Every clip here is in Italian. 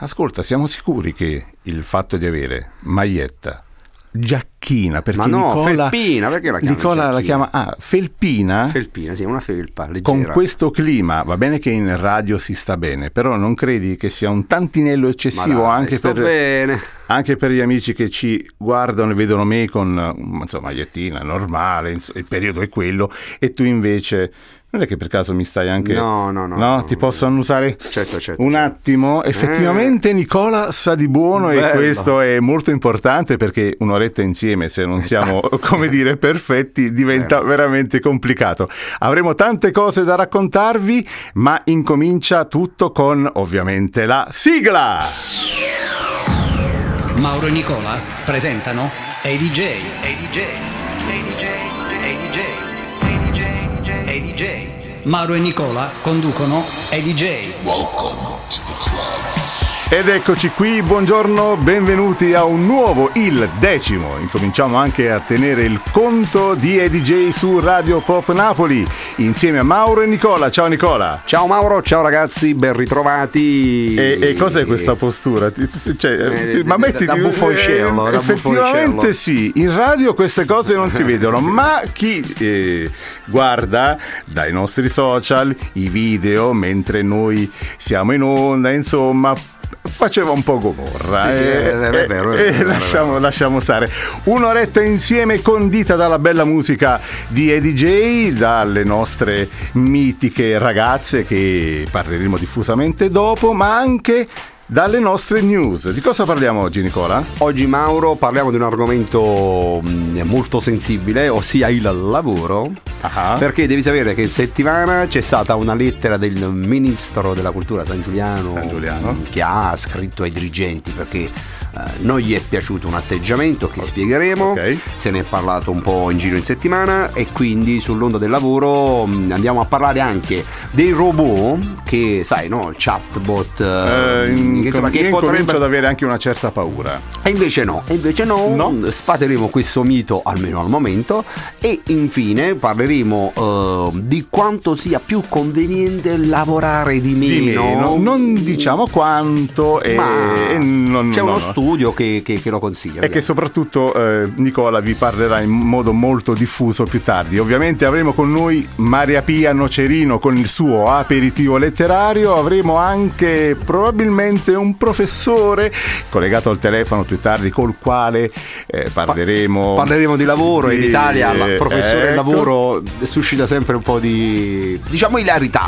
ascolta, siamo sicuri che il fatto di avere maglietta, giacchina, perché ma no, Nicola, felpina, perché la chiama Nicola la chiama felpina? Felpina, sì, una felpa leggera. Con questo clima, va bene che in radio si sta bene, però non credi che sia un tantinello eccessivo anche per gli amici che ci guardano e vedono me con insomma, magliettina normale, il periodo è quello, e tu invece... Non è che per caso mi stai anche... No, ti posso annusare certo, un attimo? Effettivamente Nicola sa di buono. Bello. E questo è molto importante, perché un'oretta insieme, se non siamo, come dire, perfetti, diventa veramente complicato. Avremo tante cose da raccontarvi, ma incomincia tutto con, ovviamente, la sigla! Mauro e Nicola presentano ADJ. Mauro e Nicola conducono ADJ. Welcome to the club. Ed eccoci qui, buongiorno, benvenuti a un nuovo, il 10º. Incominciamo anche a tenere il conto di ADJ su Radio Pop Napoli, insieme a Mauro e Nicola. Ciao Nicola. Ciao Mauro, ciao ragazzi, ben ritrovati. E cos'è questa postura? Ma mettiti da buffoncello. Effettivamente sì, in radio queste cose non si vedono, ma chi guarda dai nostri social i video mentre noi siamo in onda, insomma, faceva un po' gomorra. Sì, è vero. Lasciamo stare. Un'oretta insieme condita dalla bella musica di ADJ, dalle nostre mitiche ragazze che parleremo diffusamente dopo, ma anche dalle nostre news. Di cosa parliamo oggi, Nicola? Oggi, Mauro, parliamo di un argomento molto sensibile, ossia il lavoro. Perché devi sapere che in settimana c'è stata una lettera del ministro della cultura San Giuliano che ha scritto ai dirigenti perché non gli è piaciuto un atteggiamento che spiegheremo. Se ne è parlato un po' in giro in settimana, e quindi sull'onda del lavoro andiamo a parlare anche dei robot che, sai, no, chatbot, insomma, che comincio ad avere anche una certa paura. E invece no, sfateremo questo mito, almeno al momento, e infine parleremo di quanto sia più conveniente lavorare di meno. Non diciamo quanto, ma c'è uno studio che lo consiglia. E che soprattutto Nicola vi parlerà in modo molto diffuso più tardi. Ovviamente avremo con noi Maria Pia Nocerino con il suo aperitivo letterario. Avremo anche probabilmente un professore collegato al telefono più tardi, col quale parleremo di lavoro. In Italia il professore del lavoro suscita sempre un po' di, diciamo, ilarità.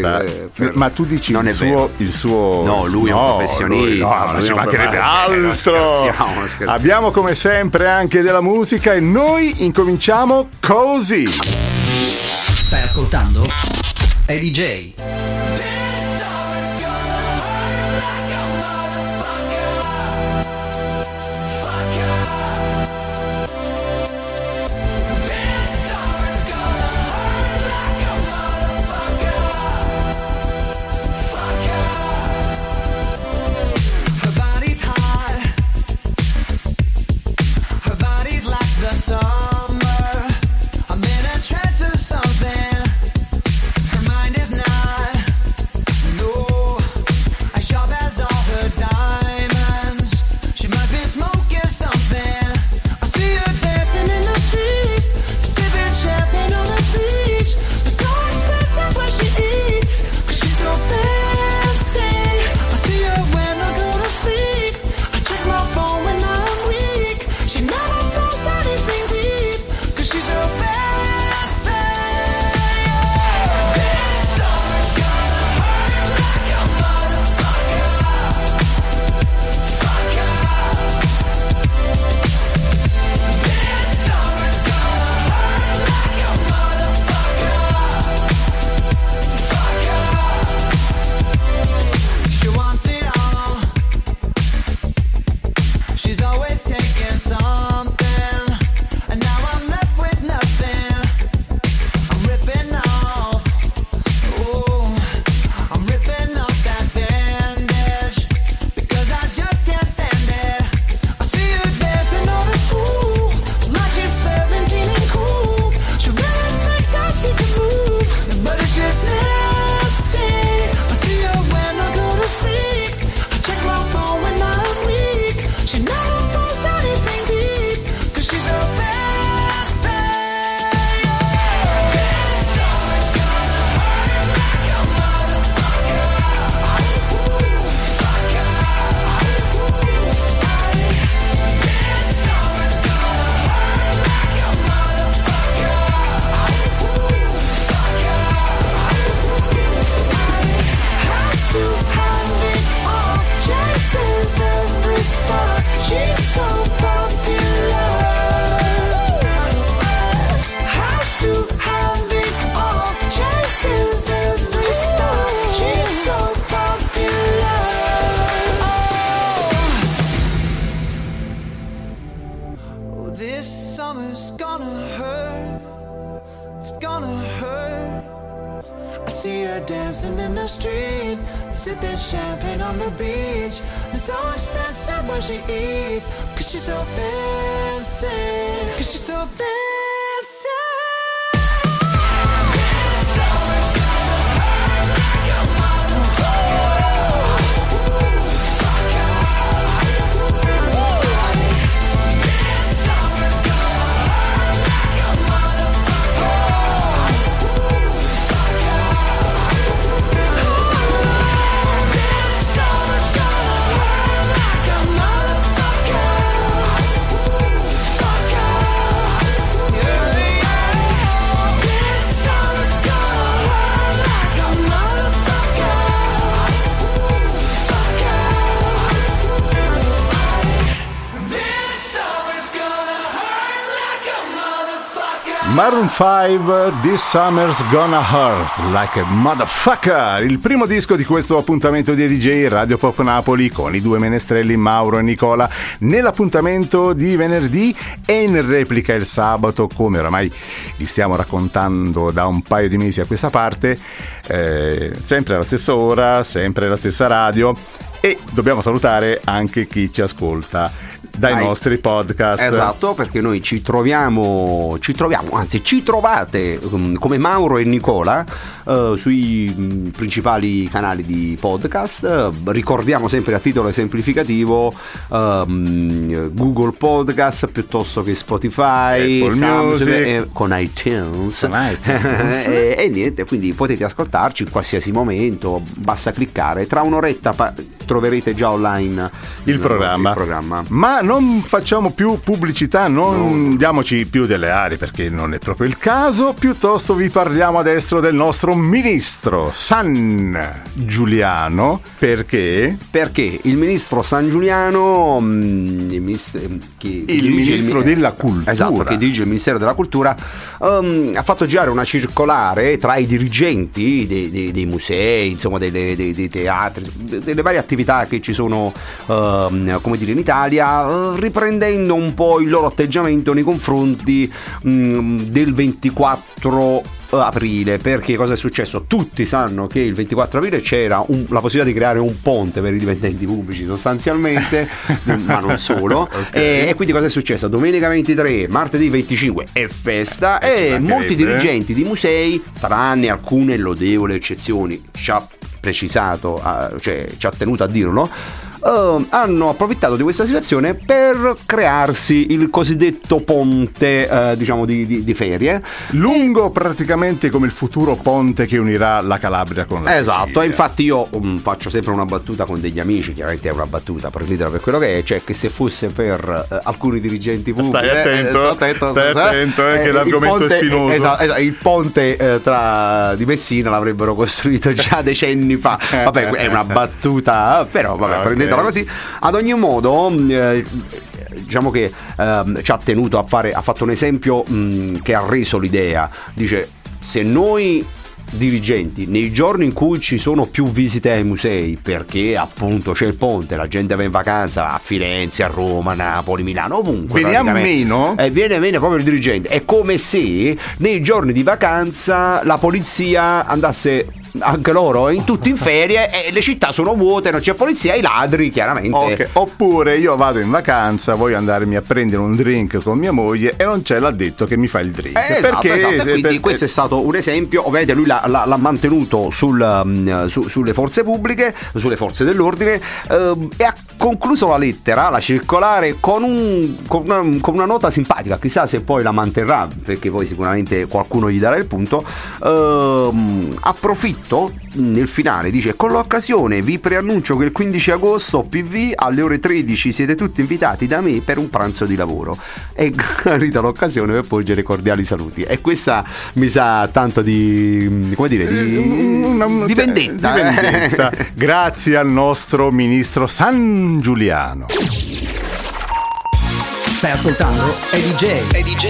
Ma tu dici non il suo no, lui è un professionista, non ci mancherebbe altro. Scherziamo. Abbiamo come sempre anche della musica e noi incominciamo così. Stai ascoltando ADJ. Summer, I'm in a trance of something. Her mind is not It's gonna hurt. It's gonna hurt. I see her dancing in the street, sipping champagne on the beach. It's so expensive what she eats, 'cause she's so fancy. 'Cause she's so fancy. Maroon 5, This Summer's Gonna Hurt Like a Motherfucker, il primo disco di questo appuntamento di DJ Radio Pop Napoli con i due menestrelli Mauro e Nicola nell'appuntamento di venerdì e in replica il sabato, come oramai vi stiamo raccontando da un paio di mesi a questa parte, sempre alla stessa ora, sempre alla stessa radio, e dobbiamo salutare anche chi ci ascolta dai nostri podcast. Esatto, perché noi ci troviamo, anzi ci trovate come Mauro e Nicola sui principali canali di podcast. Ricordiamo sempre a titolo esemplificativo Google Podcast piuttosto che Spotify, Samsung, con iTunes. E niente, quindi potete ascoltarci in qualsiasi momento, basta cliccare, tra un'oretta troverete già online il programma. Ma non facciamo più pubblicità, non diamoci più delle arie perché non è proprio il caso, piuttosto vi parliamo adesso del nostro ministro San Giuliano. Perché il ministro San Giuliano, il ministro della cultura, esatto, che dirige il Ministero della Cultura, ha fatto girare una circolare tra i dirigenti dei musei, insomma dei teatri, delle varie attività che ci sono come dire in Italia, riprendendo un po' il loro atteggiamento nei confronti del 24 aprile. Perché cosa è successo? Tutti sanno che il 24 aprile c'era la possibilità di creare un ponte per i dipendenti pubblici sostanzialmente ma non solo. Okay. E quindi cosa è successo? Domenica 23, martedì 25 è festa e molti dirigenti di musei, tranne alcune lodevoli eccezioni, ci ha precisato, cioè ci ha tenuto a dirlo, hanno approfittato di questa situazione per crearsi il cosiddetto ponte diciamo di ferie, lungo praticamente come il futuro ponte che unirà la Calabria con la Sicilia. Infatti io faccio sempre una battuta con degli amici, chiaramente è una battuta, prendetela per quello che è, cioè che se fosse per alcuni dirigenti pubblici, stai attento che l'argomento è spinoso. Esatto, il ponte di Messina l'avrebbero costruito già decenni fa. Vabbè, è una battuta, però vabbè, prendetela così. Ad ogni modo, diciamo che ci ha tenuto ha fatto un esempio che ha reso l'idea. Dice: se noi dirigenti nei giorni in cui ci sono più visite ai musei, perché appunto c'è il ponte, la gente va in vacanza a Firenze, a Roma, Napoli, Milano, ovunque, viene meno proprio il dirigente. È come se nei giorni di vacanza la polizia andasse anche loro tutti in ferie e le città sono vuote, non c'è polizia, i ladri chiaramente. Okay. Oppure io vado in vacanza, voglio andarmi a prendere un drink con mia moglie e non c'è l'addetto che mi fa il drink. Esatto. Quindi questo è stato un esempio. Ovviamente lui l'ha mantenuto sulle forze pubbliche, sulle forze dell'ordine, e ha concluso la lettera, la circolare, con una nota simpatica. Chissà se poi la manterrà, perché poi sicuramente qualcuno gli darà il punto. Approfitto nel finale, dice: con l'occasione vi preannuncio che il 15 agosto PV alle ore 13 siete tutti invitati da me per un pranzo di lavoro, e rita l'occasione per porgere cordiali saluti. E questa mi sa tanto di, come dire, di vendetta. Grazie al nostro ministro San Giuliano. Stai ascoltando EDJ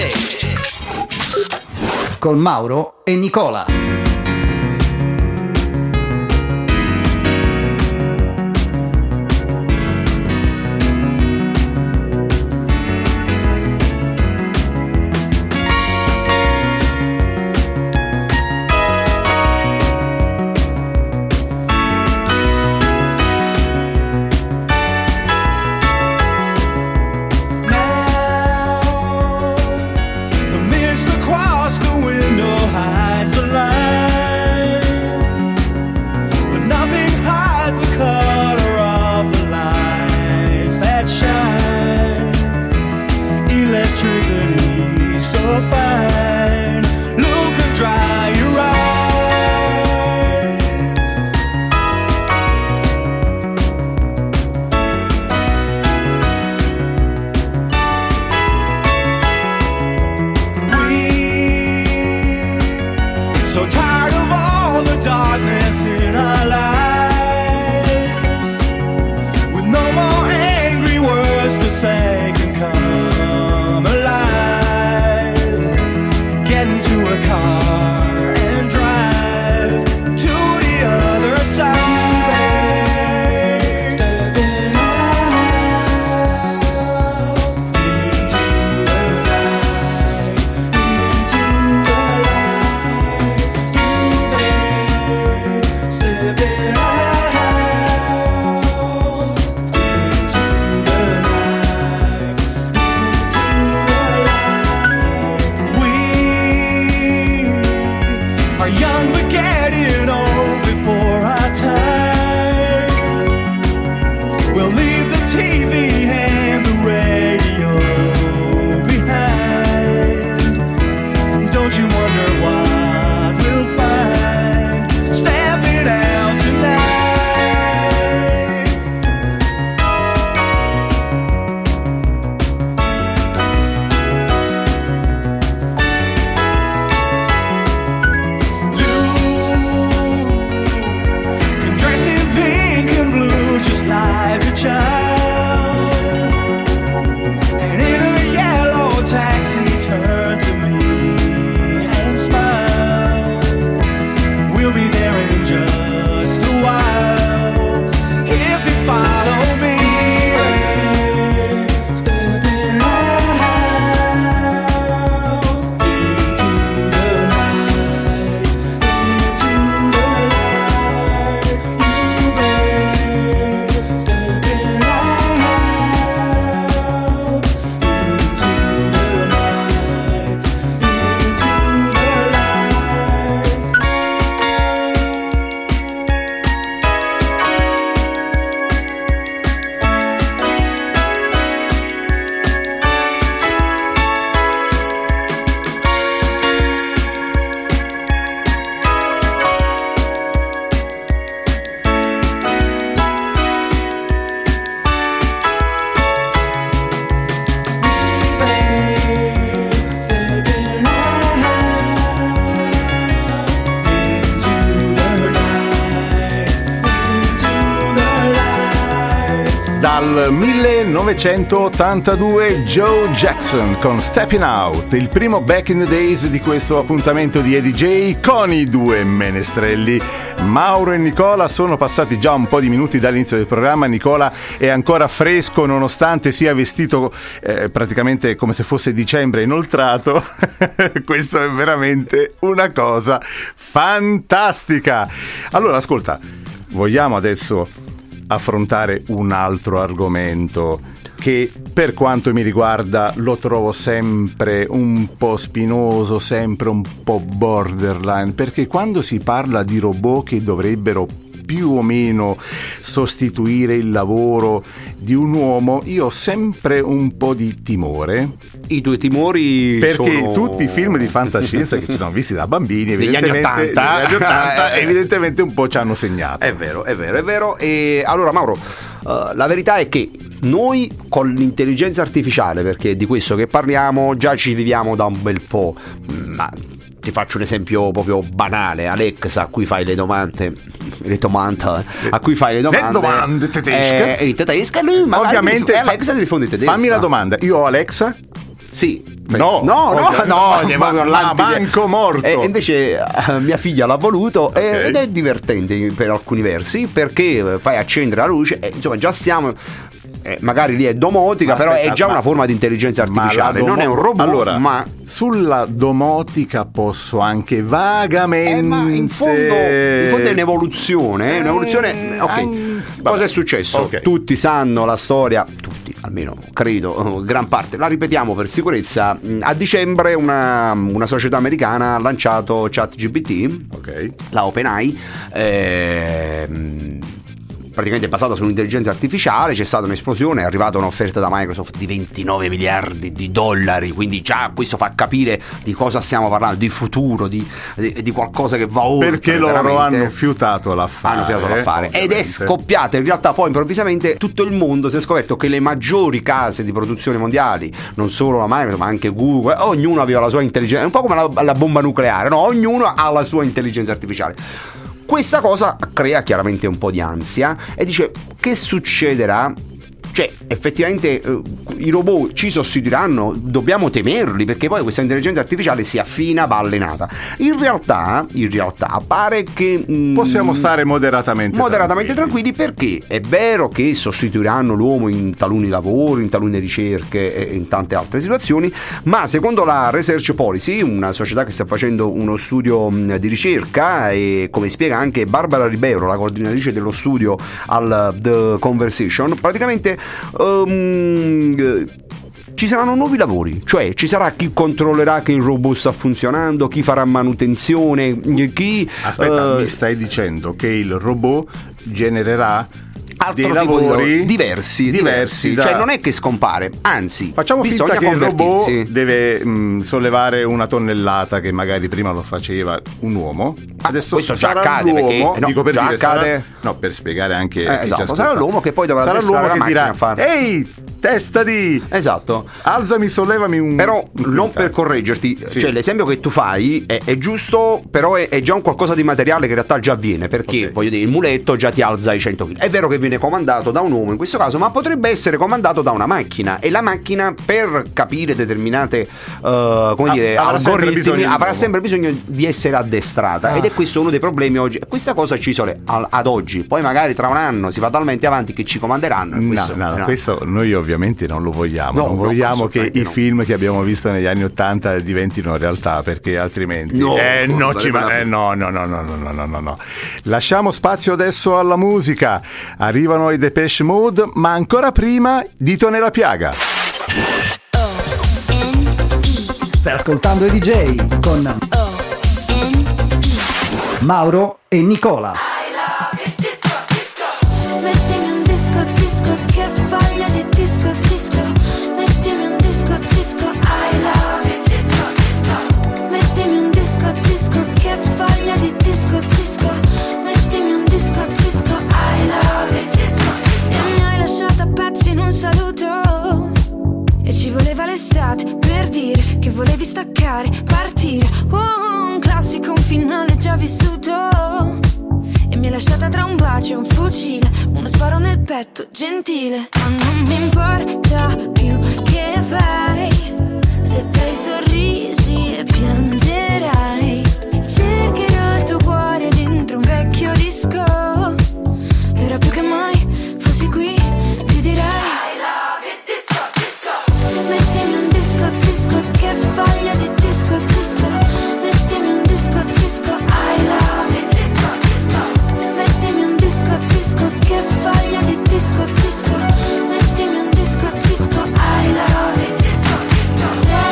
con Mauro e Nicola. just to say can come alive. Get into a car and drive to the other side. Dal 1982 Joe Jackson con Stepping Out, il primo Back in the Days di questo appuntamento di Eddie J con i due menestrelli. Mauro e Nicola, sono passati già un po' di minuti dall'inizio del programma. Nicola è ancora fresco nonostante sia vestito praticamente come se fosse dicembre inoltrato. Questo è veramente una cosa fantastica. Allora ascolta, vogliamo adesso affrontare un altro argomento che per quanto mi riguarda lo trovo sempre un po' spinoso, sempre un po' borderline, perché quando si parla di robot che dovrebbero più o meno sostituire il lavoro di un uomo, io ho sempre un po' di timore. I tuoi timori perché sono... tutti i film di fantascienza che ci sono visti da bambini degli anni 80 evidentemente un po' ci hanno segnato. È vero. E allora Mauro, la verità è che noi con l'intelligenza artificiale, perché è di questo che parliamo, già ci viviamo da un bel po'. Ma ti faccio un esempio proprio banale: Alexa, a cui fai le domande tedesche, in tedesco, lui ovviamente Alexa ti risponde in tedesco. Fammi la domanda, io ho Alexa? Sì. No, manco morto. E invece mia figlia l'ha voluto, ed è divertente per alcuni versi, perché fai accendere la luce e insomma già stiamo... magari lì è domotica, però è già una forma di intelligenza artificiale, non è un robot. Allora, ma sulla domotica posso anche vagamente... ma in fondo è un'evoluzione, ok. Cosa è successo? Okay. Tutti sanno la storia, tutti, almeno credo, gran parte, la ripetiamo per sicurezza. A dicembre una società americana ha lanciato ChatGPT, okay, la OpenAI, praticamente è basata sull'intelligenza artificiale. C'è stata un'esplosione, è arrivata un'offerta da Microsoft di 29 miliardi di dollari, quindi già questo fa capire di cosa stiamo parlando, di futuro, di qualcosa che va oltre. Perché loro hanno fiutato l'affare. Ed è scoppiata in realtà poi improvvisamente tutto il mondo. Si è scoperto che le maggiori case di produzione mondiali, non solo la Microsoft ma anche Google, ognuno aveva la sua intelligenza, un po' come la bomba nucleare, no? Ognuno ha la sua intelligenza artificiale. Questa cosa crea chiaramente un po' di ansia e dice: che succederà cioè effettivamente i robot ci sostituiranno, dobbiamo temerli, perché poi questa intelligenza artificiale si affina, va allenata. In realtà pare che possiamo stare moderatamente tranquilli, perché è vero che sostituiranno l'uomo in taluni lavori, in talune ricerche e in tante altre situazioni, ma secondo la Research Policy, una società che sta facendo uno studio di ricerca, e come spiega anche Barbara Ribeiro, la coordinatrice dello studio al The Conversation, praticamente ci saranno nuovi lavori, cioè ci sarà chi controllerà che il robot sta funzionando, chi farà manutenzione, chi... Aspetta, mi stai dicendo che il robot genererà altro dei lavori diversi cioè non è che scompare, anzi facciamo finta che il robot deve sollevare una tonnellata, che magari prima lo faceva un uomo, adesso questo già sarà accade, l'uomo, perché, dico per già dire, accade, per spiegare anche esatto, sarà l'uomo che poi dovrà l'uomo che dirà a fare. ehi, testa di, esatto, alzami, sollevami un, però non per correggerti, cioè l'esempio che tu fai è giusto, però è già un qualcosa di materiale che in realtà già avviene, perché voglio dire, il muletto già ti alza i 100 kg, è vero che viene comandato da un uomo in questo caso, ma potrebbe essere comandato da una macchina, e la macchina, per capire determinate algoritmi, avrà sempre bisogno di essere addestrata, ed è questo uno dei problemi oggi. Questa cosa ci sono ad oggi, poi magari tra un anno si va talmente avanti che ci comanderanno, e questo noi ovviamente non lo vogliamo, non vogliamo che i film che abbiamo visto negli anni 80 diventino realtà, perché altrimenti no. Lasciamo spazio adesso alla musica. Arrivano i Depeche Mode, ma ancora prima Dito nella piaga. Stai ascoltando i DJ con Mauro e Nicola. Mettimi un disco, disco, che voglia di disco, disco. Mettimi un disco, disco, I love it. Mettimi un disco, disco, che voglia di disco, disco. Mettimi un disco, disco, I love it. E mi hai lasciato a pezzi in un saluto, e ci voleva l'estate per dire che volevi staccare, partire. Un classico, un finale già vissuto, e mi hai lasciata tra un bacio e un fucile, uno sparo nel petto gentile. Ma non mi importa più che fai, se dai sorrisi e piangerai. Cercherò il tuo cuore dentro un vecchio disco, e ora più che mai fossi qui ti direi I love it, disco, disco. Mettimi un disco, disco, che voglia di disco, disco. Mettimi un disco, disco, I love it, disco, disco. Mettimi un disco, disco, che voglia di disco, disco. Mettimi un disco, disco, I love it, disco, disco.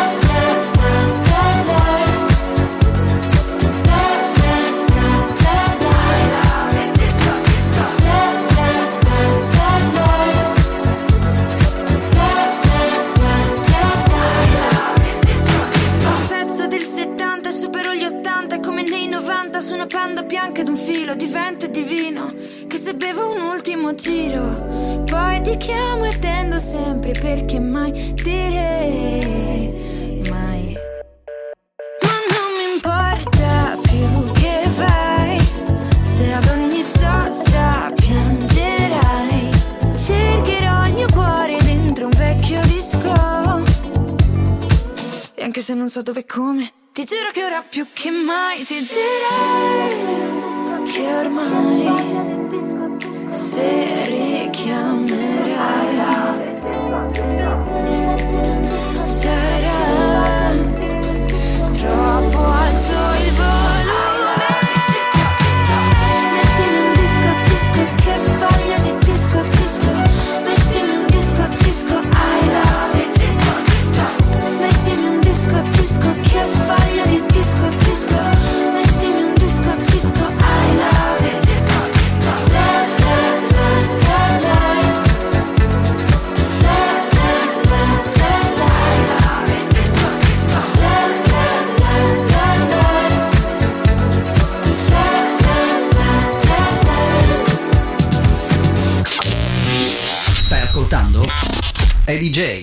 Su una panda bianca ed un filo di vento e di vino, che se bevo un ultimo giro, poi ti chiamo e tendo sempre, perché mai dire mai. Ma non mi importa più che fai, se ad ogni sosta piangerai. Cercherò il mio cuore dentro un vecchio disco, e anche se non so dove e come, ti giuro che ora più che mai ti direi che ormai, se richiamerai, sarà troppo alto il volume. Mettimi un disco, disco, che voglia di disco, disco. Mettimi un disco, disco, I love it. Mettimi un disco, disco, che voglia di disco, disco. Mettimi un disco, disco, I love it. La la la la la. La la la la la. I love it. La la la la la. La la la la. Stai ascoltando EDJ.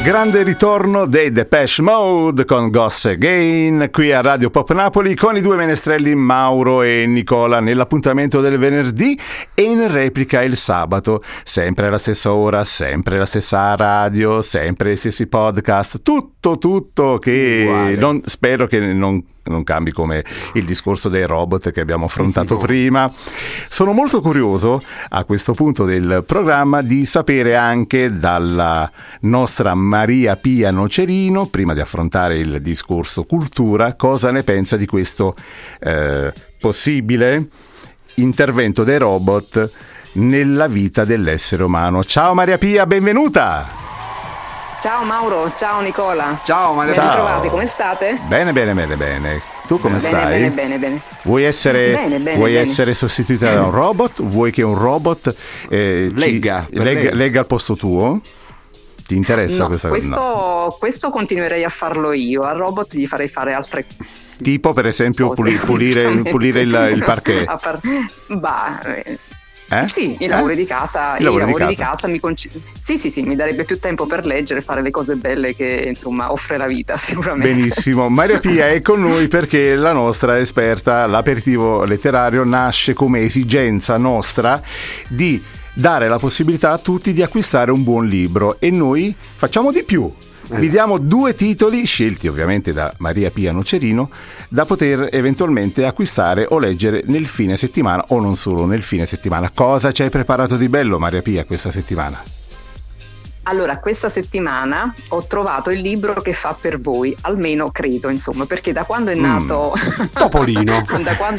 Grande ritorno dei Depeche Mode con Ghost Again qui a Radio Pop Napoli con i due menestrelli Mauro e Nicola nell'appuntamento del venerdì e in replica il sabato, sempre alla stessa ora, sempre la stessa radio, sempre gli stessi podcast, tutto che spero che non cambi come il discorso dei robot che abbiamo affrontato prima. Sono molto curioso a questo punto del programma di sapere anche dalla nostra Maria Pia Nocerino, prima di affrontare il discorso cultura, cosa ne pensa di questo possibile intervento dei robot nella vita dell'essere umano. Ciao Maria Pia, benvenuta! Ciao Mauro, ciao Nicola. Ciao Maria. Ben ritrovati, come state? Bene. Tu come stai? Bene. Vuoi essere sostituita da un robot? Vuoi che un robot legga al posto tuo? Ti interessa questa cosa? No, questo continuerei a farlo io. Al robot gli farei fare altre cose. Tipo per esempio pulire il parquet. Sì, i lavori di casa, sì, mi darebbe più tempo per leggere e fare le cose belle che insomma offre la vita sicuramente. Benissimo, Maria Pia è con noi perché la nostra esperta, l'aperitivo letterario nasce come esigenza nostra di dare la possibilità a tutti di acquistare un buon libro e noi facciamo di più. Vi diamo 2 titoli, scelti ovviamente da Maria Pia Nocerino, da poter eventualmente acquistare o leggere nel fine settimana o non solo nel fine settimana. Cosa ci hai preparato di bello, Maria Pia, questa settimana? Allora, questa settimana ho trovato il libro che fa per voi, almeno credo, insomma, perché da quando è nato Topolino. da quando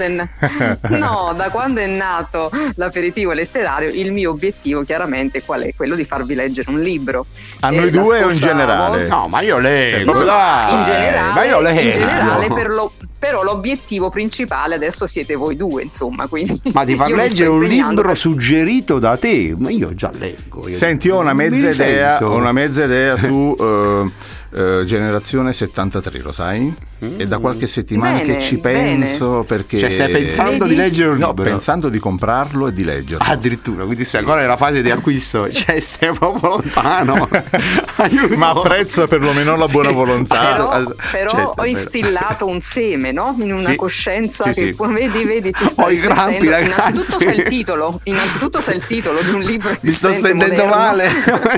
è nato l'aperitivo letterario, il mio obiettivo chiaramente qual è? Quello di farvi leggere un libro. A noi due o in generale? No, ma io leggo. In generale però l'obiettivo principale adesso siete voi due, insomma, quindi ma ti far leggere un libro suggerito da te? Ma io già leggo. Senti, ho una mezza idea su Generazione 73, lo sai? È da qualche settimana che ci penso perché... Cioè stai pensando di leggere un libro? No, pensando di comprarlo e di leggerlo. Addirittura, quindi sei ancora nella fase di acquisto, cioè sei proprio lontano. Ma apprezzo perlomeno la buona volontà. Però ho instillato un seme, no? In una coscienza che vedi ci sta riflettendo. Innanzitutto sai il titolo di un libro esistente. Mi sto sentendo male.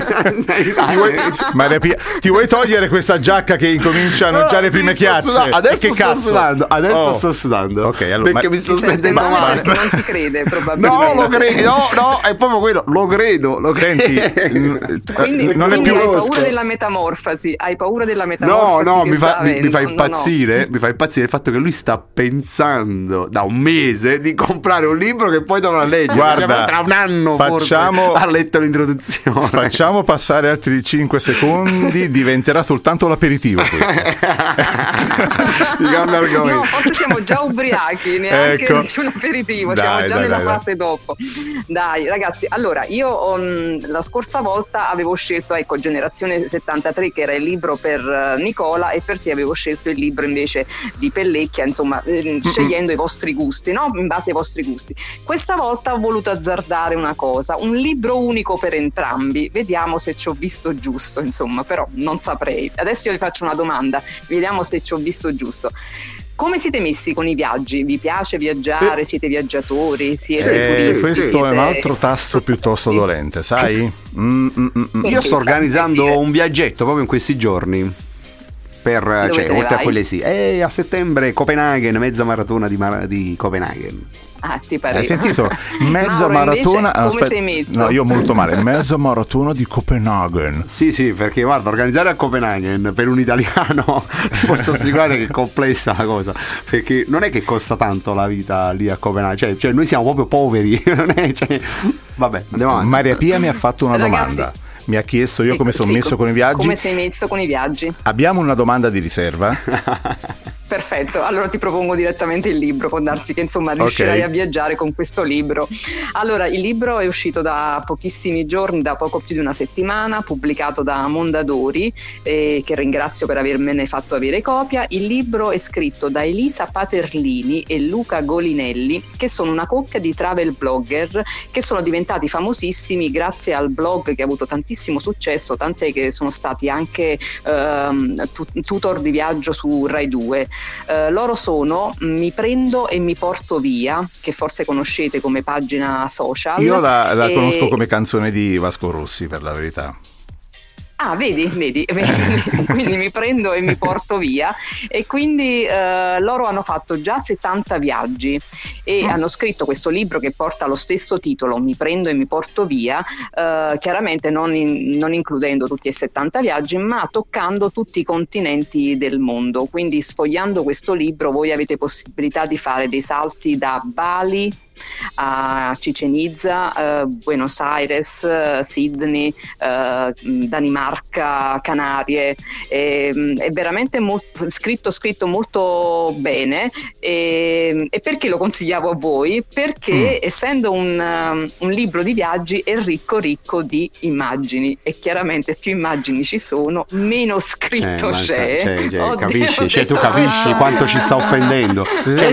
Maria Pia, ti vuoi togliere questa giacca che incomincia a annunciare le prime chiazze? Adesso sto sudando. Ok, allora, perché mi sto sentendo male. Non ti crede probabilmente. No, lo credo. No, è proprio quello. Lo credo. Senti, quindi non è più hai paura della metamorfosi. No, mi fa impazzire. Mi fa impazzire il fatto che lui sta pensando da un mese di comprare un libro che poi dovrà leggere. Guarda, tra un anno forse ha letto l'introduzione. Facciamo passare altri 5 secondi, diventerà soltanto l'aperitivo questo. No, forse siamo già ubriachi, neanche un aperitivo, siamo già nella fase dopo. Dai ragazzi, allora io la scorsa volta avevo scelto Generazione 73 che era il libro per Nicola e per te avevo scelto il libro invece di Pellecchia, insomma scegliendo i vostri gusti, no? In base ai vostri gusti. Questa volta ho voluto azzardare una cosa, un libro unico per entrambi, vediamo se ci ho visto giusto, insomma, però non saprei. Adesso io vi faccio una domanda, vediamo se ci ho visto giusto. Come siete messi con i viaggi? Vi piace viaggiare? Siete viaggiatori? Siete turisti? Questo è un altro tasto piuttosto dolente, sai? Io sto organizzando un viaggetto proprio in questi giorni. Oltre a quelle a settembre Copenaghen, mezza maratona di Copenaghen. Ti pare. Hai sentito? Mezza maratona. Come sei messo? No, io molto male. Mezza maratona di Copenaghen. Sì, perché guarda, organizzare a Copenaghen per un italiano ti posso assicurare che è complessa la cosa. Perché non è che costa tanto la vita lì a Copenaghen. Cioè noi siamo proprio poveri. Non è, vabbè, andiamo avanti. Maria Pia mi ha fatto una domanda. Mi ha chiesto io come sono messo con i viaggi. Come sei messo con i viaggi? Abbiamo una domanda di riserva Perfetto, allora ti propongo direttamente il libro, può darsi che insomma riuscirai a viaggiare con questo libro. Allora, il libro è uscito da pochissimi giorni, da poco più di una settimana, pubblicato da Mondadori, che ringrazio per avermene fatto avere copia. Il libro è scritto da Elisa Paterlini e Luca Golinelli, che sono una coppia di travel blogger che sono diventati famosissimi grazie al blog che ha avuto tantissimo successo, tant'è che sono stati anche tutor di viaggio su Rai 2. Loro sono Mi prendo e mi porto via, che forse conoscete come pagina social. Io la conosco come canzone di Vasco Rossi, per la verità. Ah, vedi, quindi mi prendo e mi porto via, e quindi loro hanno fatto già 70 viaggi e hanno scritto questo libro che porta lo stesso titolo, Mi prendo e mi porto via, chiaramente non includendo tutti i 70 viaggi, ma toccando tutti i continenti del mondo. Quindi sfogliando questo libro voi avete possibilità di fare dei salti da Bali a Chichen Itza, Buenos Aires, Sydney, Danimarca, Canarie. È veramente scritto molto bene. E perché lo consigliavo a voi? Perché essendo un libro di viaggi è ricco di immagini, e chiaramente più immagini ci sono, meno scritto c'è. Capisci? Tu capisci quanto ci sta offendendo? Lei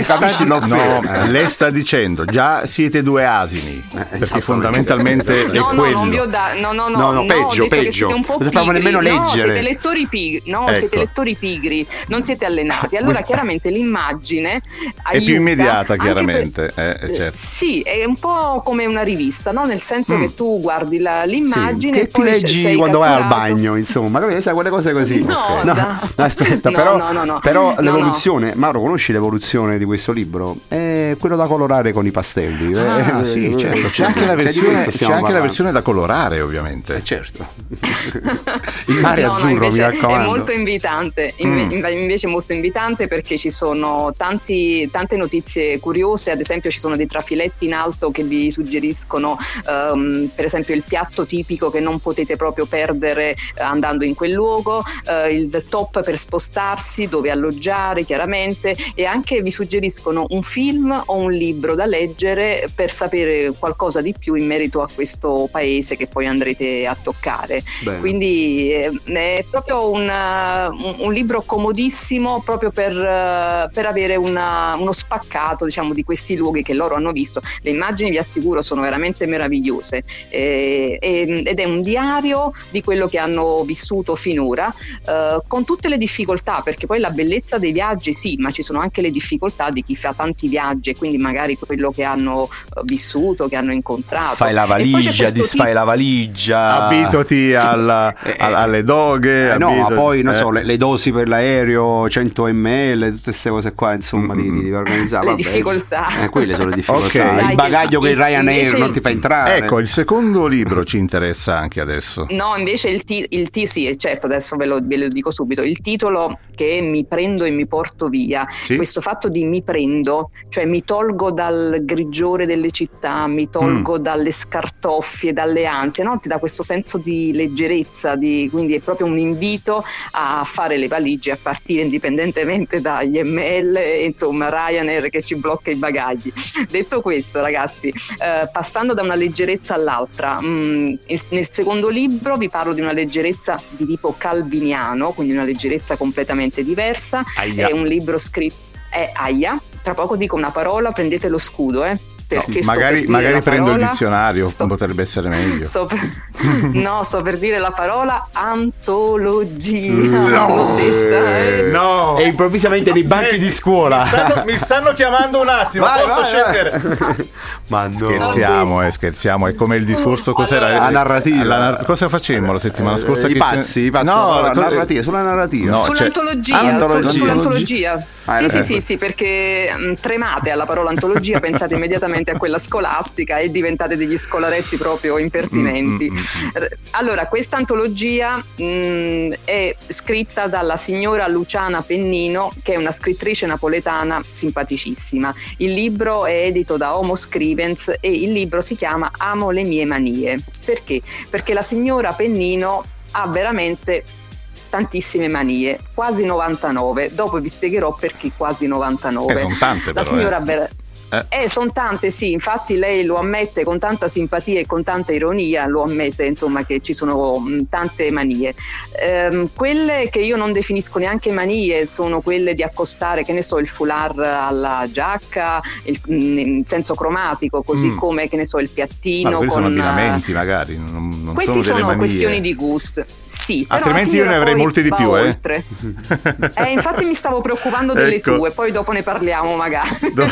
sta dicendo già siete due asini, perché fondamentalmente è quello. No, peggio. Non sappiamo nemmeno leggere. Siete lettori pigri, siete lettori pigri, non siete allenati. Allora chiaramente l'immagine è più immediata, chiaramente. Certo. Sì, è un po' come una rivista, no? Nel senso che tu guardi l'immagine che ti leggi quando vai al bagno, insomma, sai, quelle cose così. Aspetta, però l'evoluzione, Mauro, conosci l'evoluzione di questo libro? È quello da colorare con i pastelli. Sì, certo. C'è anche la versione da colorare, ovviamente. Certo. Il mare azzurro, mi raccomando. È molto invitante, invece molto invitante, perché ci sono tante notizie curiose. Ad esempio ci sono dei trafiletti in alto che vi suggeriscono per esempio il piatto tipico che non potete proprio perdere andando in quel luogo, il top per spostarsi, dove alloggiare chiaramente, e anche vi suggeriscono un film o un libro da leggere per sapere qualcosa di più in merito a questo paese che poi andrete a toccare. Bene. Quindi è proprio un libro comodissimo, proprio per avere uno spaccato, diciamo, di questi luoghi che loro hanno visto. Le immagini, vi assicuro, sono veramente meravigliose, ed è un diario di quello che hanno vissuto finora, con tutte le difficoltà, perché poi la bellezza dei viaggi sì, ma ci sono anche le difficoltà di chi fa tanti viaggi, e quindi magari quello che hanno vissuto, che hanno incontrato. Fai la valigia, disfai la valigia, abituati alle doghe, ma poi non so, le dosi per l'aereo, 100 ml, tutte queste cose qua, insomma, di organizzare. Le difficoltà. Quelle sono le difficoltà. Okay. Il bagaglio che il Ryanair non ti fa entrare. Ecco, il secondo libro ci interessa anche adesso. No, invece sì, certo, adesso ve lo dico subito. Il titolo, che è Mi prendo e mi porto via, questo fatto di mi prendo, cioè mi tolgo dal grigiore delle città, mi tolgo dalle scartoffie, dalle ansie, no? Ti dà questo senso di leggerezza, quindi è proprio un invito a fare le valigie, a partire indipendentemente dagli ml, insomma Ryanair che ci blocca i bagagli. Detto questo, ragazzi, passando da una leggerezza all'altra, nel secondo libro vi parlo di una leggerezza di tipo calviniano, quindi una leggerezza completamente diversa. È un libro scritto aia, tra poco dico una parola, prendete lo scudo, perché magari prendo il dizionario, potrebbe essere meglio. Sto per dire la parola antologia. No. E improvvisamente nei banchi di scuola mi stanno chiamando un attimo. Posso scendere? Ma no. Scherziamo, è come il discorso, cos'era? La narrativa. Cosa facemmo la settimana scorsa? I pazzi. No, sulla narrativa. Sull'antologia. Sì, perché tremate alla parola antologia, pensate immediatamente a quella scolastica e diventate degli scolaretti proprio impertinenti. Allora, questa antologia è scritta dalla signora Luciana Pennino, che è una scrittrice napoletana simpaticissima. Il libro è edito da Homo Scrivens e il libro si chiama Amo le mie manie. Perché? Perché la signora Pennino ha veramente tantissime manie, quasi 99. Dopo vi spiegherò perché quasi 99. Sono tante, la però, signora sono tante, sì, infatti lei lo ammette con tanta simpatia e con tanta ironia, lo ammette, insomma, che ci sono tante manie. Quelle che io non definisco neanche manie sono quelle di accostare, che ne so, il foulard alla giacca in senso cromatico, così come, che ne so, il piattino. Ma sono abbinamenti, magari non questi sono sono delle questioni di gusto, sì, altrimenti io ne avrei molte di più, oltre. Infatti mi stavo preoccupando delle tue, poi dopo ne parliamo magari.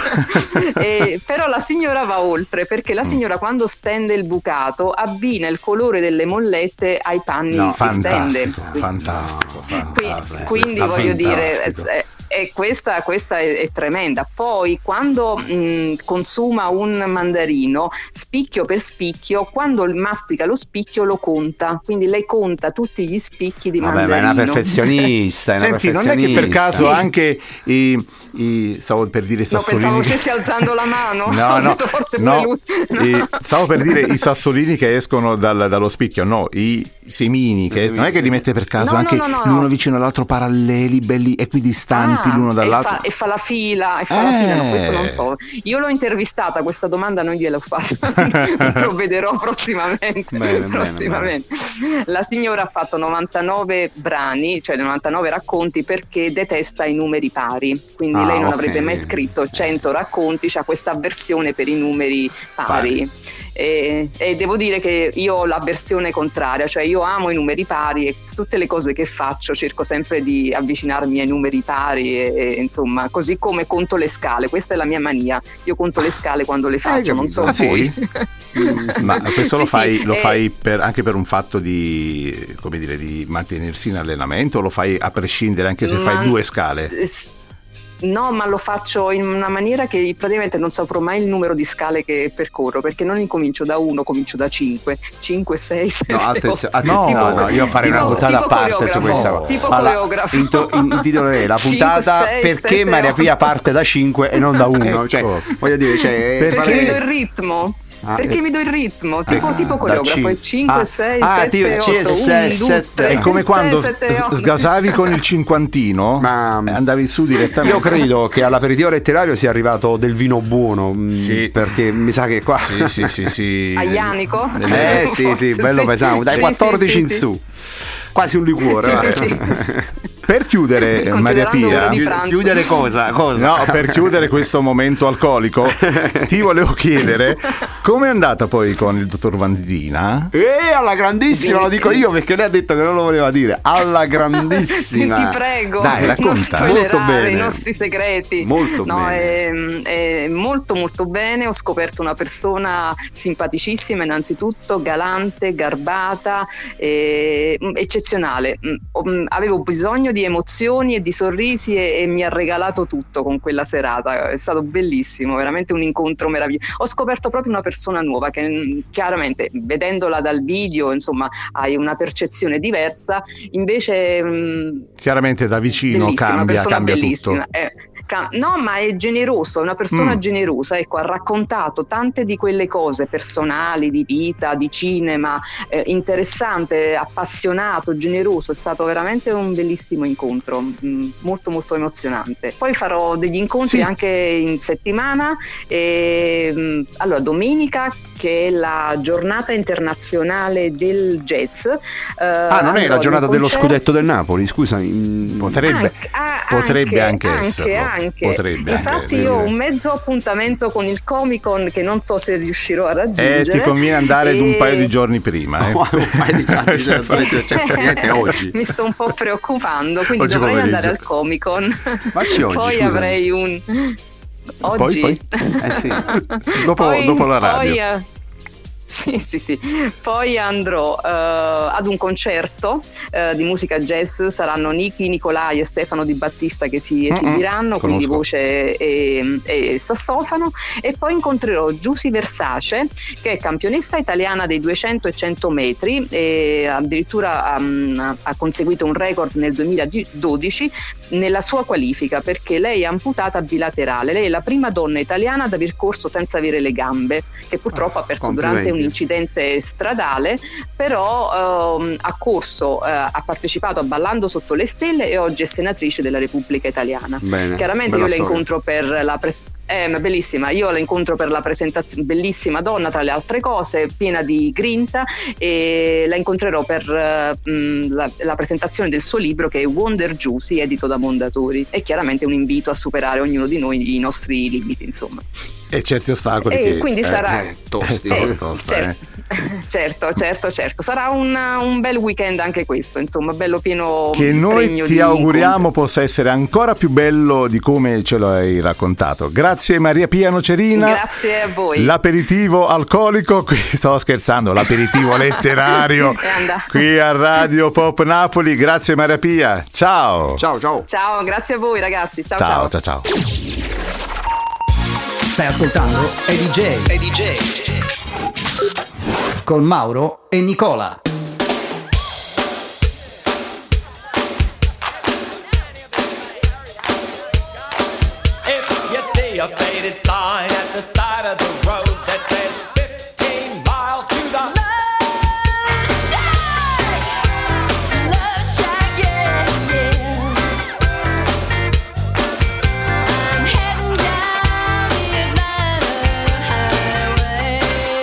Però la signora va oltre, perché la signora quando stende il bucato abbina il colore delle mollette ai panni che stende. Fantastico. Quindi voglio dire, e questa è tremenda. Poi quando consuma un mandarino, spicchio per spicchio, quando mastica lo spicchio lo conta, quindi lei conta tutti gli spicchi di mandarino. Ma è una perfezionista. Senti, non è che per caso anche stavo per dire i sassolini. No, pensavo stessi alzando la mano. No, forse lui. Stavo per dire i sassolini che escono dallo spicchio, no, i semini che non è che li mette per caso l'uno vicino all'altro, paralleli, belli equidistanti l'uno dall'altro, e fa la fila, no, questo non so. Io l'ho intervistata, questa domanda non gliel'ho fatta. Provvederò prossimamente. Bene. La signora ha fatto 99 brani, cioè 99 racconti, perché detesta i numeri pari, quindi lei non avrebbe mai scritto 100 racconti, c'ha questa avversione per i numeri pari. E devo dire che io ho l'avversione contraria, cioè io amo i numeri pari e tutte le cose che faccio cerco sempre di avvicinarmi ai numeri pari e insomma, così come conto le scale, questa è la mia mania, io conto le scale quando le faccio, non so voi. Ma questo lo fai anche per un fatto di, come dire, di mantenersi in allenamento, o lo fai a prescindere anche se fai 2 scale? No, ma lo faccio in una maniera che praticamente non saprò mai il numero di scale che percorro, perché non incomincio da 1, comincio da 5, 6, 7, no, 8. No, io farei una puntata a parte su questa cosa. Tipo coreografo. Intitolerei la puntata 5, 6, perché 7, Maria Pia parte da 5 e non da 1. Cioè, voglio dire, perché mi do il ritmo. Perché mi do il ritmo, tipo coreografo, è 5, 6, 7, 8, 1, 2, 3. È come 6, quando 7, sgasavi con il cinquantino, ma andavi su direttamente. Io credo che all'aperitivo letterario sia arrivato del vino buono, perché mi sa che qua sì. Aianico? Sì, bello pesante, dai 14 in su. Quasi un liquore. Sì. Per chiudere, Maria Pia, chiudere cosa? No, per chiudere questo momento alcolico, ti volevo chiedere come è andata poi con il dottor Vanzina? Alla grandissima, lo dico io perché lei ha detto che non lo voleva dire. Alla grandissima. Ti prego, dai, racconta. Molto bene. I nostri segreti. Molto bene. È molto molto bene. Ho scoperto una persona simpaticissima, innanzitutto galante, garbata, eccezionale. Avevo bisogno di emozioni e di sorrisi e mi ha regalato tutto con quella serata. È stato bellissimo, veramente un incontro meraviglioso. Ho scoperto proprio una persona nuova che chiaramente, vedendola dal video, insomma, hai una percezione diversa, invece chiaramente da vicino cambia tutto. No, ma è generoso, è una persona generosa, ecco, ha raccontato tante di quelle cose personali, di vita, di cinema, interessante, appassionato, generoso. È stato veramente un bellissimo incontro, molto molto emozionante. Poi farò degli incontri anche in settimana, allora domenica, che è la giornata internazionale del jazz. Non è la giornata dello scudetto del Napoli, scusami. Potrebbe anche essere. Infatti io ho un mezzo appuntamento con il Comic Con che non so se riuscirò a raggiungere. Ti conviene andare un paio di giorni prima. Oggi. Mi sto un po' preoccupando, quindi oggi dovrei andare al Comic Con. Poi avrei un... Oggi? Poi? Dopo la radio. Sì. Poi andrò ad un concerto di musica jazz, saranno Nicky Nicolai e Stefano Di Battista che si esibiranno, quindi voce e sassofono, e poi incontrerò Giusy Versace, che è campionessa italiana dei 200 e 100 metri e addirittura ha conseguito un record nel 2012 nella sua qualifica, perché lei è amputata bilaterale. Lei è la prima donna italiana ad aver corso senza avere le gambe, che purtroppo ha perso durante un incidente stradale, però ha corso, ha partecipato a Ballando sotto le stelle e oggi è senatrice della Repubblica Italiana. Bene, chiaramente io la incontro per la ma bellissima, io la incontro per la presentazione, bellissima donna tra le altre cose, piena di grinta, e la incontrerò per la presentazione del suo libro, che è Wonder Juicy, edito da Mondadori. È chiaramente un invito a superare ognuno di noi i nostri limiti, insomma, e certi ostacoli, e quindi sarà tosti, certo, sarà un bel weekend anche questo, insomma, bello pieno, che noi ti auguriamo possa essere ancora più bello di come ce lo hai raccontato. Grazie Maria Pia Nocerina. Grazie a voi. L'aperitivo alcolico, qui stavo scherzando, l'aperitivo letterario qui a Radio Pop Napoli. Grazie Maria Pia, ciao, grazie a voi ragazzi, ciao. Stai ascoltando EDJ con Mauro e Nicola. If you see a faded sign at the side of the road that says 15 miles to the Love Shack, yeah. I'm heading down the Atlanta highway,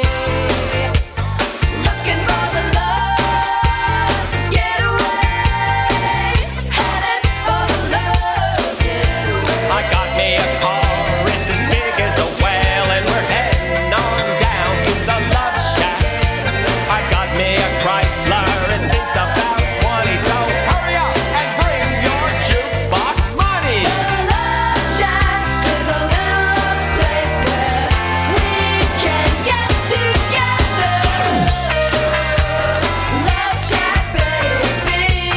looking for the love getaway, headed for the love getaway. I got me a car, it's as big as a whale, and we're heading on down to the Love Shack. I got me a Chrysler, it seats about 20, so hurry up and bring your jukebox money. The Love Shack is a little place where we can get together. Love Shack, baby.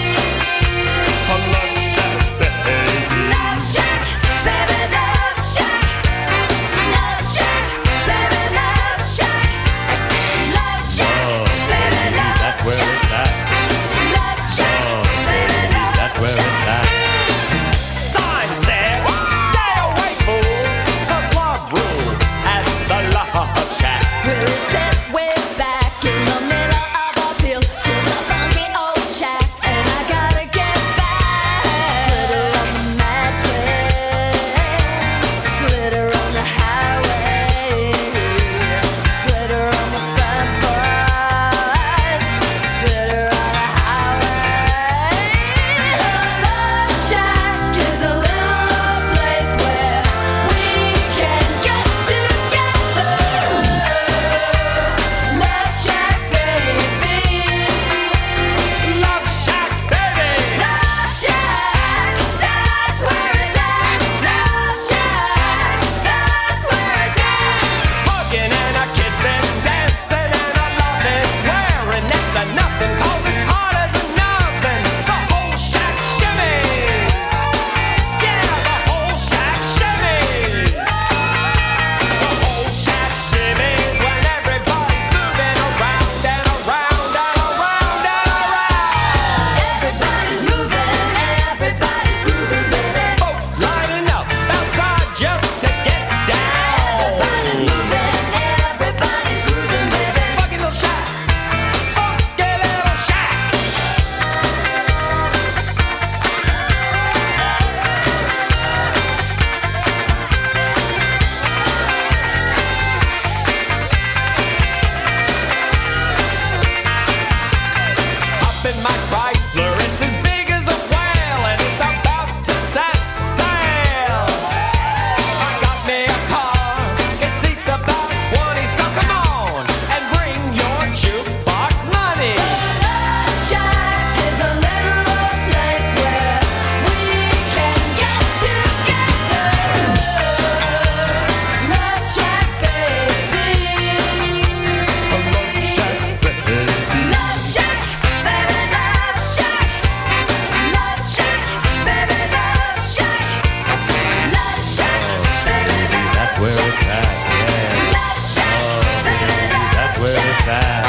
Love Shack, baby, Love Shack. Love Shack, baby, Love Shack. Love Shack, baby, Love Shack. Love Shack, baby, Love Shack. Sign says, stay away, fools, 'cause love rules at the Love Shack. We'll sit way back in the middle of a field, just a funky old shack, and I gotta get back. Glitter on the mattress, glitter on the highway, glitter on the front porch, glitter on the highway. The Love Shack is a little place where we can get together. Love Shack, baby. Love Shack, baby. Love Shack, that's where it's at. Love Shack, that's where it's at. Hugging and a kissing, dancing and a loving, wearing next to nothing, 'cause it's hard as an oven. The whole shack shimmy. Yeah, the whole shack shimmy. The whole shack shimmies when everybody's moving around and around and around and around. Everybody's moving, everybody's grooving, baby. Folks lining up outside just to get down. Everybody's moving, everybody's grooving, baby. Funky little shack, funky little shack. Up in my Chrysler, it's as big as a whale, and it's about to set sail. I got me a car, it seats about 20, so come on and bring your jukebox money. The Love Shack is a little place where we can get together. Love Shack, baby. Love Shack, baby, Love Shack. Love Shack, baby, Love Shack. Love Shack, baby, Love Shack. That's where it's at, yeah. Love Shack, baby, That's where it's at.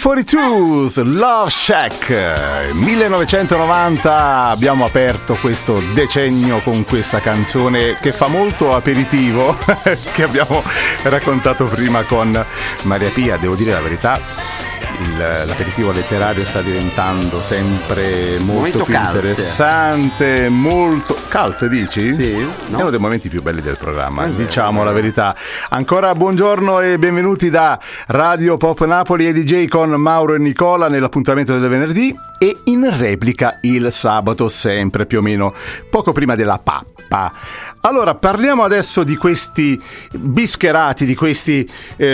B42's Love Shack 1990. Abbiamo aperto questo decennio con questa canzone che fa molto aperitivo che abbiamo raccontato prima con Maria Pia. Devo dire la verità, l'aperitivo letterario sta diventando sempre molto più interessante, molto cult, dici? Sì, no? È uno dei momenti più belli del programma, diciamo la verità. Ancora buongiorno e benvenuti da Radio Pop Napoli e DJ con Mauro e Nicola nell'appuntamento del venerdì e in replica il sabato, sempre più o meno poco prima della pappa. Allora, parliamo adesso di questi bischerati, di questi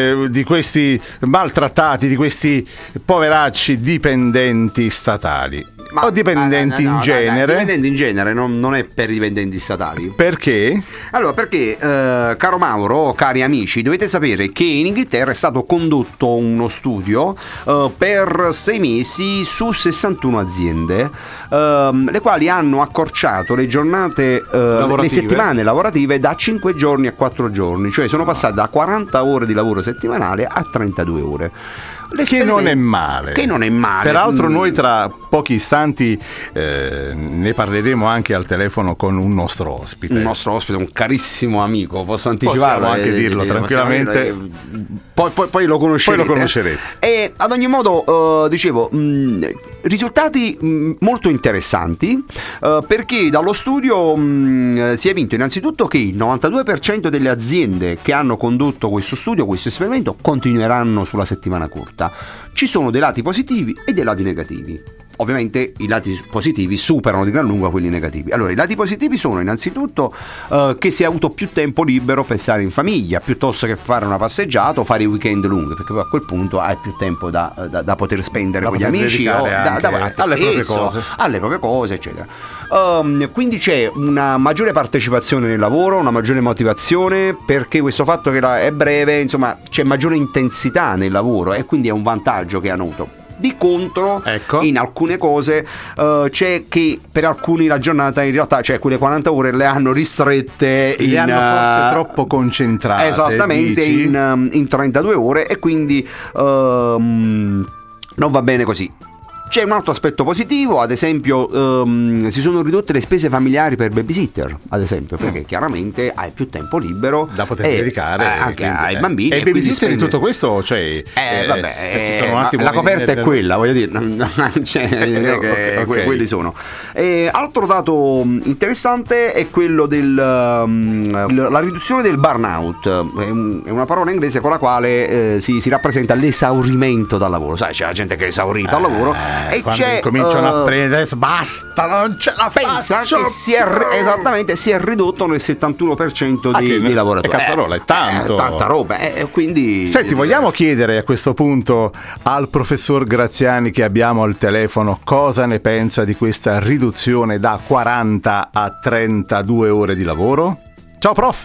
maltrattati, di questi poveracci dipendenti statali. O dipendenti in genere. Dipendenti in genere, non è per i dipendenti statali. Perché? Allora, perché, caro Mauro, cari amici, dovete sapere che in Inghilterra è stato condotto uno studio per 6 mesi su 61 aziende, le quali hanno accorciato le giornate, le settimane lavorative da 5 giorni a 4 giorni, cioè sono passate da 40 ore di lavoro settimanale a 32 ore. Che non è male. Peraltro noi tra pochi istanti ne parleremo anche al telefono con un nostro ospite. Un carissimo amico, posso anticiparlo? Possiamo anche dirlo tranquillamente. Poi lo conoscerete. E ad ogni modo, dicevo, risultati molto interessanti, perché dallo studio si è vinto innanzitutto che il 92% delle aziende che hanno condotto questo studio, questo esperimento, continueranno sulla settimana corta. Ci sono dei lati positivi e dei lati negativi. Ovviamente i lati positivi superano di gran lunga quelli negativi. Allora, i lati positivi sono innanzitutto che si è avuto più tempo libero per stare in famiglia, piuttosto che fare una passeggiata o fare i weekend lunghi, perché poi a quel punto hai più tempo da poter spendere con gli amici o alle proprie cose, eccetera. Quindi c'è una maggiore partecipazione nel lavoro, una maggiore motivazione, perché questo fatto che è breve, insomma, c'è maggiore intensità nel lavoro e quindi è un vantaggio che hanno avuto. Di contro, in alcune cose c'è che per alcuni la giornata in realtà, cioè quelle 40 ore le hanno ristrette, hanno forse troppo concentrate. Esattamente, in 32 ore e quindi non va bene così. C'è un altro aspetto positivo, ad esempio si sono ridotte le spese familiari per babysitter, ad esempio, perché chiaramente hai più tempo libero da poter dedicare anche ai bambini. E il babysitter in tutto questo, cioè la coperta è quella, voglio dire, quelli sono. Altro dato interessante è quello la riduzione del burnout, è una parola inglese con la quale si rappresenta l'esaurimento dal lavoro. Sai, c'è la gente che è esaurita al lavoro. E quando cominciano a prendere basta, non ce la pensa che si è ridotto nel 71% dei lavoratori. Cazzarola, è tanto, tanta roba, quindi. Senti, vogliamo chiedere a questo punto al professor Graziani, che abbiamo al telefono, cosa ne pensa di questa riduzione da 40 a 32 ore di lavoro? Ciao prof.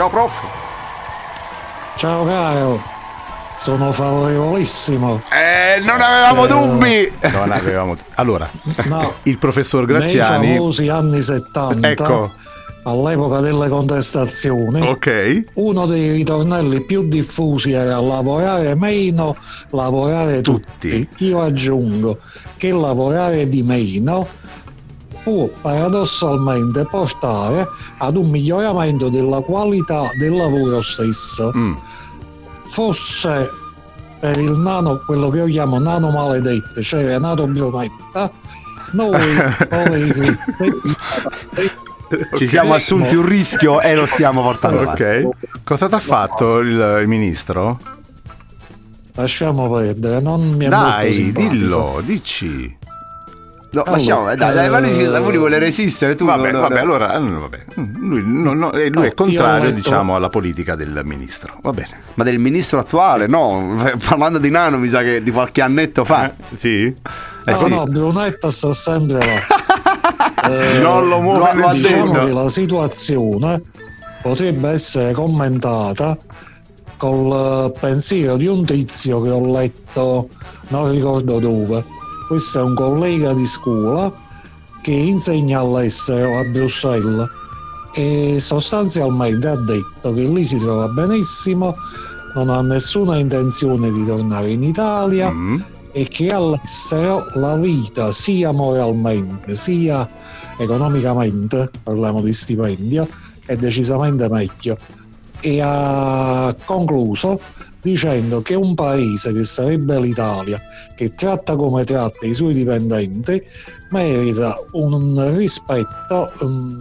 Ciao caro. Sono favorevolissimo. Non avevamo dubbi. Allora, il professor Graziani, nei famosi anni 70, all'epoca delle contestazioni, uno dei ritornelli più diffusi era lavorare meno, lavorare tutti. Io aggiungo che lavorare di meno può paradossalmente portare ad un miglioramento della qualità del lavoro stesso. Fosse per il nano, quello che io chiamo nano maledetto, cioè Renato Brunetta, noi ci siamo assunti un rischio e lo stiamo portando avanti. Cosa ti ha fatto il ministro? Lasciamo perdere, non mi è Dai, dillo, dici. No, lasciamo, lui vuole resistere, tu allora lui è contrario, diciamo, alla politica del ministro. Va bene. Ma del ministro attuale? No, parlando di nano, mi sa che di qualche annetto fa. Sì. No, Brunetta sta sempre là. Non lo muove. Diciamo che la situazione potrebbe essere commentata col pensiero di un tizio che ho letto, non ricordo dove. Questo è un collega di scuola che insegna all'estero a Bruxelles e sostanzialmente ha detto che lì si trova benissimo, non ha nessuna intenzione di tornare in Italia è che all'estero la vita sia moralmente sia economicamente, parliamo di stipendio, è decisamente meglio. E ha concluso dicendo che un paese che sarebbe l'Italia, che tratta come tratta i suoi dipendenti, merita un rispetto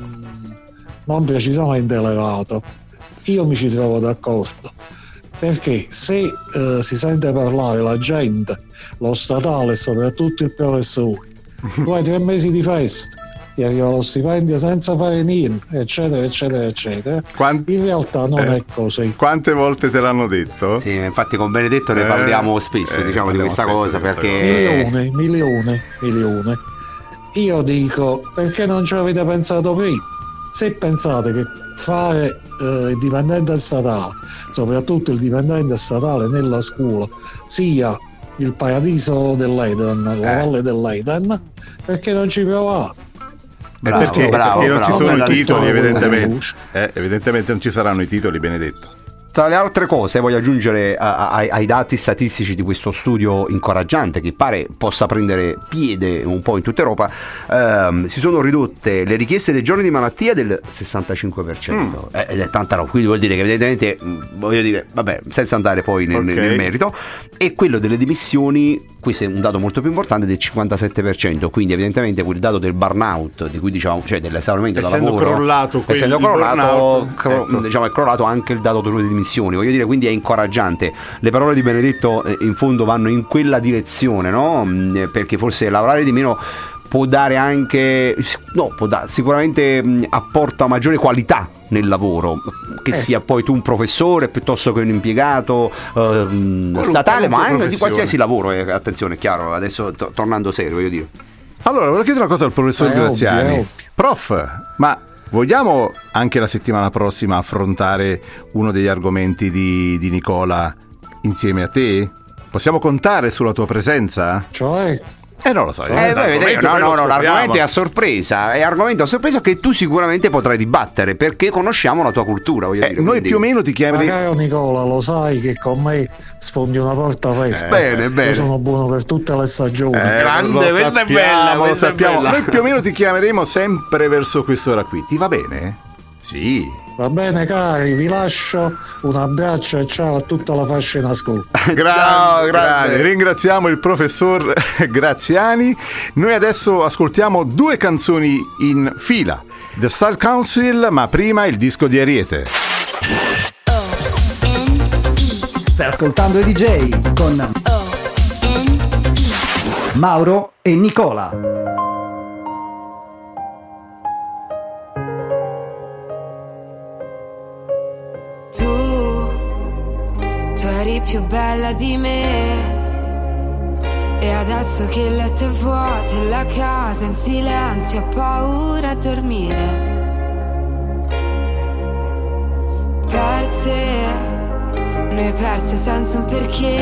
non precisamente elevato. Io mi ci trovo d'accordo, perché se si sente parlare la gente, lo statale e soprattutto il professore, 2 o 3 mesi di festa, ti arriva lo stipendio senza fare niente, eccetera eccetera eccetera. In realtà non è così. Quante volte te l'hanno detto? Sì, infatti con Benedetto ne parliamo spesso, diciamo, di questa cosa, perché milioni. Io dico, perché non ci avete pensato prima? Se pensate che fare il dipendente statale, soprattutto il dipendente statale nella scuola, sia il paradiso dell'Eden, la valle dell'Eden, perché non ci provate? Perché non ci sono i titoli, evidentemente non ci saranno i titoli, Benedetto. Tra le altre cose voglio aggiungere ai dati statistici di questo studio incoraggiante che pare possa prendere piede un po' in tutta Europa. Si sono ridotte le richieste dei giorni di malattia del 65%, ed è tanta roba, quindi vuol dire che evidentemente, voglio dire, vabbè, senza andare poi nel merito, e quello delle dimissioni, questo è un dato molto più importante, del 57%, quindi evidentemente quel dato del burnout di cui diciamo, cioè dell'esaurimento da lavoro, essendo crollato, diciamo, è crollato anche il dato delle dimissioni. Voglio dire, quindi è incoraggiante. Le parole di Benedetto in fondo vanno in quella direzione, no? Perché forse lavorare di meno può dare anche, sicuramente apporta maggiore qualità nel lavoro, che sia poi tu un professore piuttosto che un impiegato statale, ma anche di qualsiasi lavoro, attenzione, è chiaro, adesso tornando serio, voglio dire. Allora, volevo chiedere una cosa al professor Graziani. Prof, ma vogliamo anche la settimana prossima affrontare uno degli argomenti di Nicola insieme a te? Possiamo contare sulla tua presenza? Cioè? Non lo so. L'argomento è a sorpresa. È argomento a sorpresa che tu sicuramente potrai dibattere, perché conosciamo la tua cultura. Voglio dire, noi più o meno ti chiameremo. Caro Nicola, lo sai che con me sfondi una porta aperta. Bene. Io sono buono per tutte le stagioni. Grande, questa è bella. Lo sappiamo. Noi più o meno ti chiameremo sempre verso quest'ora qui. Ti va bene? Sì. Va bene cari, vi lascio un abbraccio e ciao a tutta la fascia in ascolto. Grande. Ringraziamo il professor Graziani. Noi adesso ascoltiamo 2 canzoni in fila, The Style Council, ma prima il disco di Ariete. Stai ascoltando i DJ con Mauro e Nicola. Più bella di me, e adesso che il letto è vuoto e la casa in silenzio, ho paura a dormire. Noi perse senza un perché,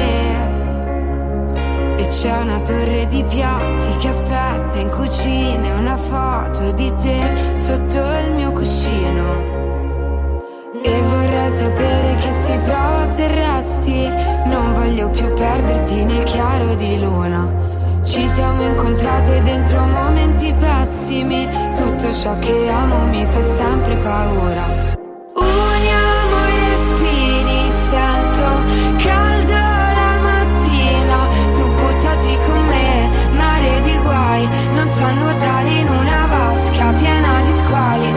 e c'è una torre di piatti che aspetta in cucina e una foto di te sotto il mio cuscino. E vorrei sapere che si prova se resti, non voglio più perderti nel chiaro di luna. Ci siamo incontrate dentro momenti pessimi, tutto ciò che amo mi fa sempre paura. Uniamo i respiri, sento caldo la mattina, tu buttati con me, mare di guai, non so nuotare in una vasca piena di squali,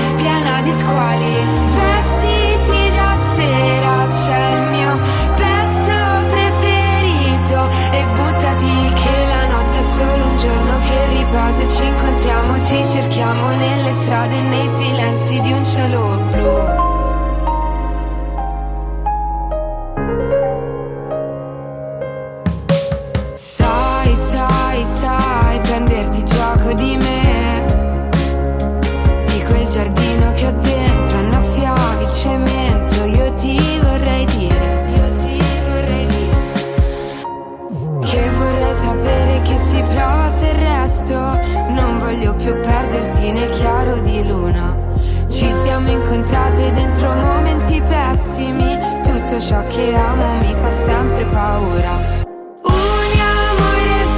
vestiti da sera, c'è il mio pezzo preferito, e buttati che la notte è solo un giorno che riposa, e ci incontriamo, ci cerchiamo nelle strade e nei silenzi di un cielo blu. Sai prenderti gioco di me, di quel giardino che ho dentro, annaffiavi il cemento, io ti vorrei dire che vorrei sapere che si prova se resto, non voglio più perderti nel chiaro di luna. Ci siamo incontrate dentro momenti pessimi, tutto ciò che amo mi fa sempre paura. Uniamo i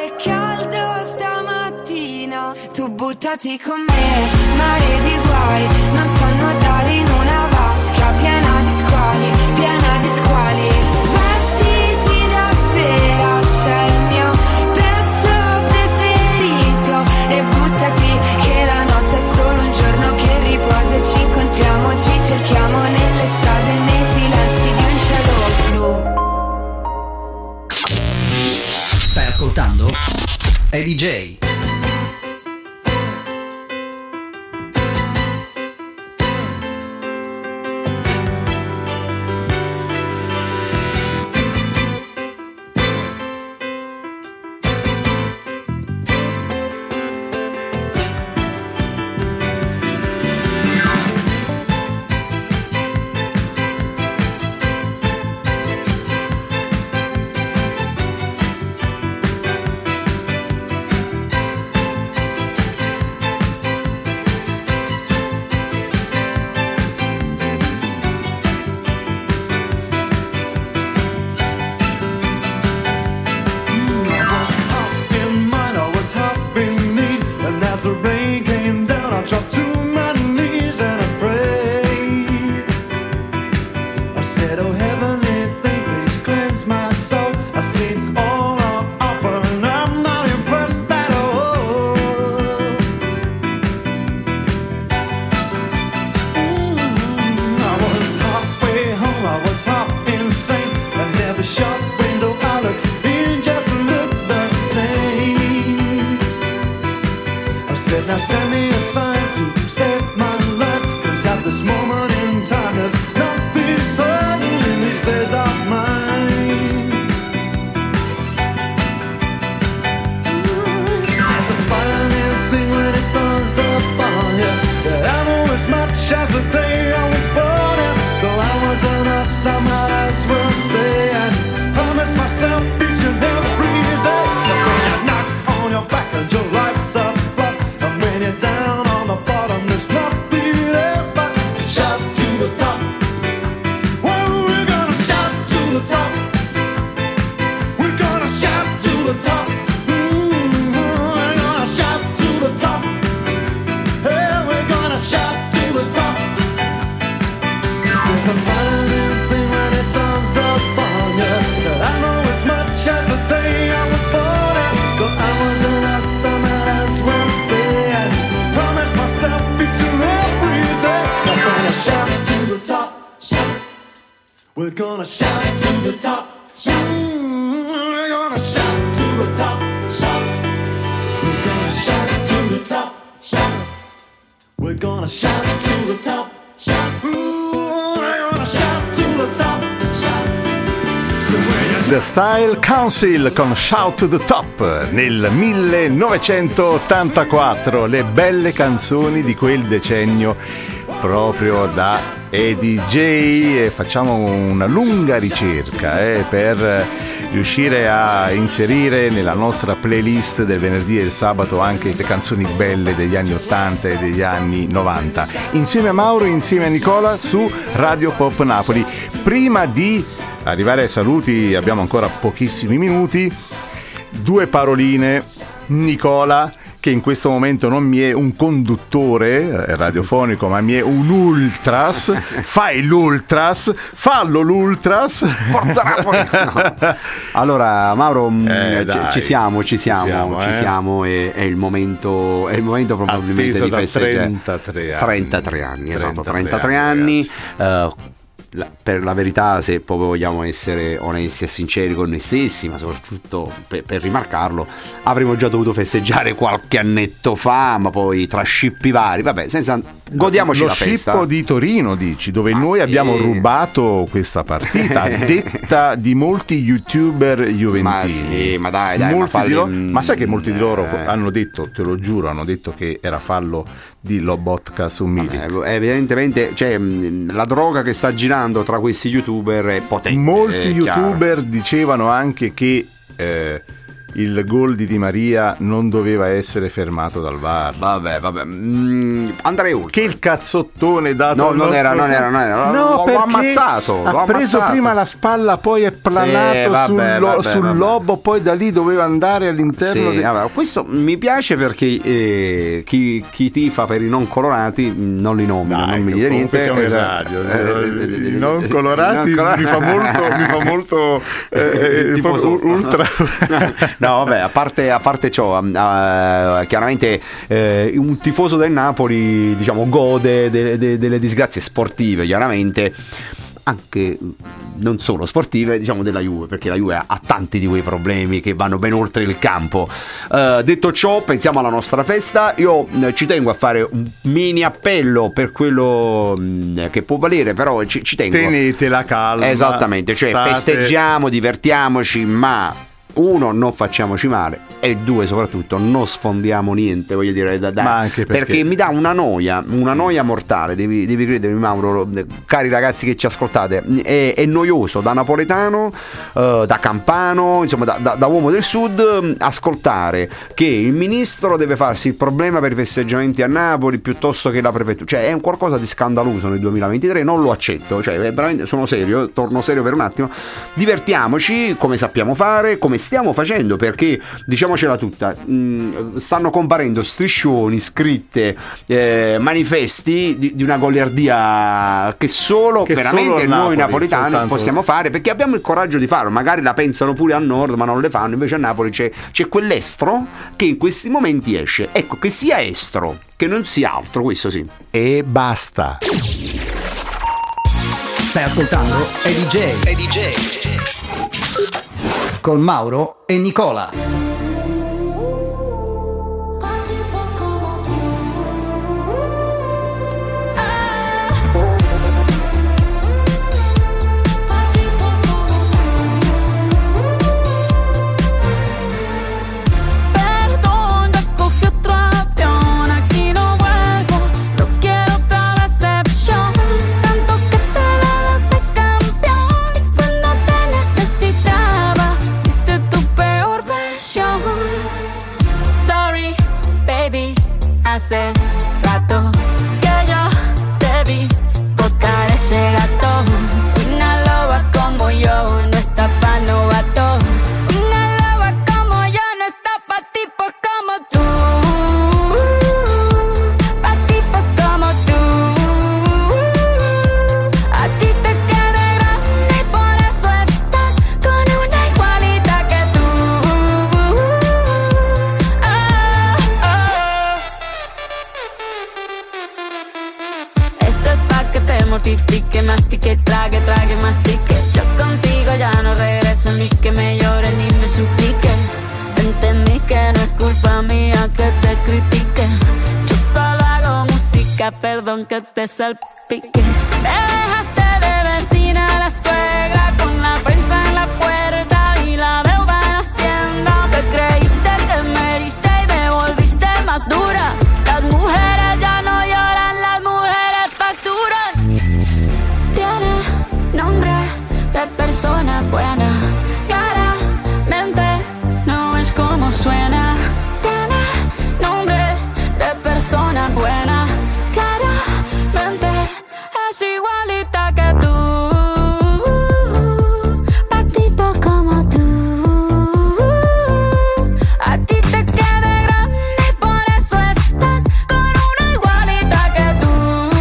è caldo stamattina. Tu buttati con me, mare di guai. Non so nuotare in una vasca piena di squali, piena di squali. Vestiti da sera, c'è il mio pezzo preferito. E buttati che la notte è solo un giorno che riposa. E ci incontriamo, ci cerchiamo nelle strade, nei silenzi di un cielo blu. Stai ascoltando? È DJ. We're gonna shout to the top, shout. We're gonna shout to the top, shout. We're gonna shout to the top, shout. We're gonna shout to the top, shout. We're gonna shout to the top, shout. The Style Council con Shout to the Top nel 1984, le belle canzoni di quel decennio proprio da Eddie J. E facciamo una lunga ricerca per riuscire a inserire nella nostra playlist del venerdì e il sabato anche le canzoni belle degli anni 80 e degli anni 90, insieme a Mauro e insieme a Nicola su Radio Pop Napoli. Prima di arrivare ai saluti, abbiamo ancora pochissimi minuti, due paroline. Nicola, che in questo momento non mi è un conduttore radiofonico ma mi è un ultras, fai l'ultras, fallo l'ultras, Forza Napoli. No. Allora Mauro, ci siamo è il momento probabilmente di festeggiare 33 anni, esatto, 33 anni. Per la verità, se proprio vogliamo essere onesti e sinceri con noi stessi, ma soprattutto per rimarcarlo, avremmo già dovuto festeggiare qualche annetto fa, ma poi tra scippi vari, vabbè, senza godiamoci la festa. Lo scippo di Torino, dici, dove noi abbiamo rubato questa partita, detta di molti youtuber juventini. Ma dai, ma sai che molti di loro hanno detto, te lo giuro, hanno detto che era fallo di Lobotka su Milik. Evidentemente, cioè, la droga che sta girando tra questi youtuber è potente. Molti youtuber dicevano anche che il gol di Di Maria non doveva essere fermato dal VAR. Vabbè. Andrei oltre. Che il cazzottone dato No, non era. No, l'ho ammazzato. Ha preso prima la spalla, poi è planato sul lobo, poi da lì doveva andare all'interno. Sì, questo mi piace perché chi tifa per i non colorati non li nomina, non mi dire niente. Siamo in radio. I non colorati mi fa molto ultra. No, vabbè, a parte ciò, chiaramente un tifoso del Napoli, diciamo, gode delle disgrazie sportive, chiaramente, anche non solo sportive, diciamo, della Juve, perché la Juve ha tanti di quei problemi che vanno ben oltre il campo. Detto ciò, pensiamo alla nostra festa. Io ci tengo a fare un mini appello per quello che può valere, però ci tengo. Tenete la calma. Esattamente, cioè festeggiamo, divertiamoci, ma uno, non facciamoci male, e due, soprattutto, non sfondiamo niente, voglio dire, ma anche perché mi dà una noia mortale, devi credermi, Mauro, cari ragazzi che ci ascoltate, è noioso da napoletano, da campano, insomma da uomo del sud, ascoltare che il ministro deve farsi il problema per i festeggiamenti a Napoli piuttosto che la prefettura. Cioè è un qualcosa di scandaloso nel 2023, non lo accetto, cioè veramente sono serio, torno serio per un attimo. Divertiamoci come sappiamo fare, come stiamo facendo, perché diciamocela tutta, stanno comparendo striscioni, scritte, manifesti di una goliardia che veramente noi napoletani possiamo fare, perché abbiamo il coraggio di farlo. Magari la pensano pure a nord ma non le fanno, invece a Napoli c'è quell'estro che in questi momenti esce. Ecco, che sia estro, che non sia altro, questo sì. E basta. Stai ascoltando EDJ con Mauro e Nicola. Hace rato que yo te vi tocar ese gato. Una loba como yo no está pa' novato. Una loba como yo no está pa' tipos como tú. Pa' tipos como tú. A ti te queda grande y por eso estás con una igualita que tú. Mortifique, mastique, trague, mastique. Yo contigo ya no regreso, ni que me llore ni me suplique. Entendí que no es culpa mía que te critique. Yo solo hago música, perdón que te salpique. Me dejaste de vecina a la suegra, con la prensa en la puerta y la deuda en Hacienda. Te creíste que me heriste y me volviste más dura. Las mujeres ya no lloran, las mujeres facturan. Nombre de persona buena, claramente no es como suena. Tiene nombre de persona buena, claramente es igualita que tú. Pa' tipo como tú. A ti te queda grande y por eso estás con una igualita que tú.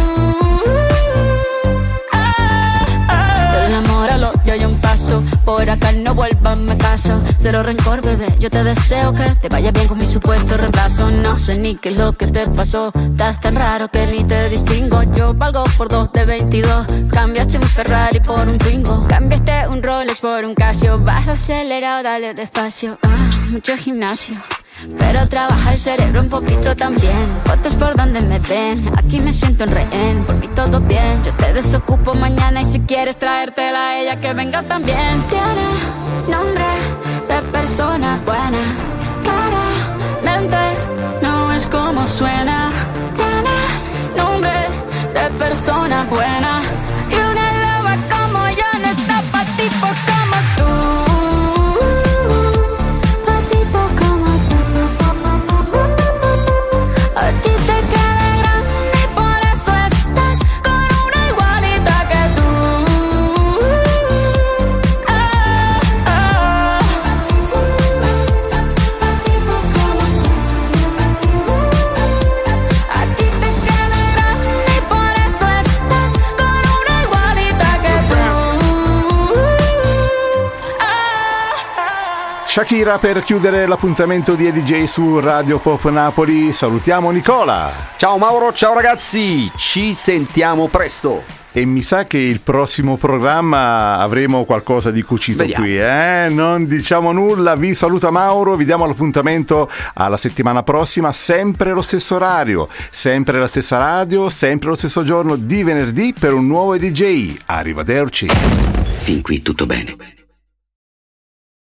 Yo hay un paso, por acá no vuelvas, me caso. Cero rencor, bebé, yo te deseo que te vaya bien con mi supuesto reemplazo. No sé ni qué es lo que te pasó, estás tan raro que ni te distingo. Yo valgo por 2 de 22, cambiaste un Ferrari por un Twingo. Cambiaste un Rolex por un Casio, vas acelerado, dale despacio. Mucho gimnasio, pero trabaja el cerebro un poquito también. Fotos por donde me ven, aquí me siento en rehén. Por mí todo bien, yo te desocupo mañana. Y si quieres traértela a ella, que venga también. Tiene nombre de persona buena, claramente no es como suena. Tiene nombre de persona buena, y una loba como yo no está pa' tipos como tú. Pa' tipos Shakira per chiudere l'appuntamento di EDJ su Radio Pop Napoli. Salutiamo Nicola. Ciao Mauro, ciao ragazzi, ci sentiamo presto. E mi sa che il prossimo programma avremo qualcosa di cucito. Vediamo. Qui, non diciamo nulla. Vi saluta Mauro, vi diamo l'appuntamento alla settimana prossima, sempre lo stesso orario, sempre la stessa radio, sempre lo stesso giorno di venerdì per un nuovo EDJ. Arrivederci. Fin qui tutto bene.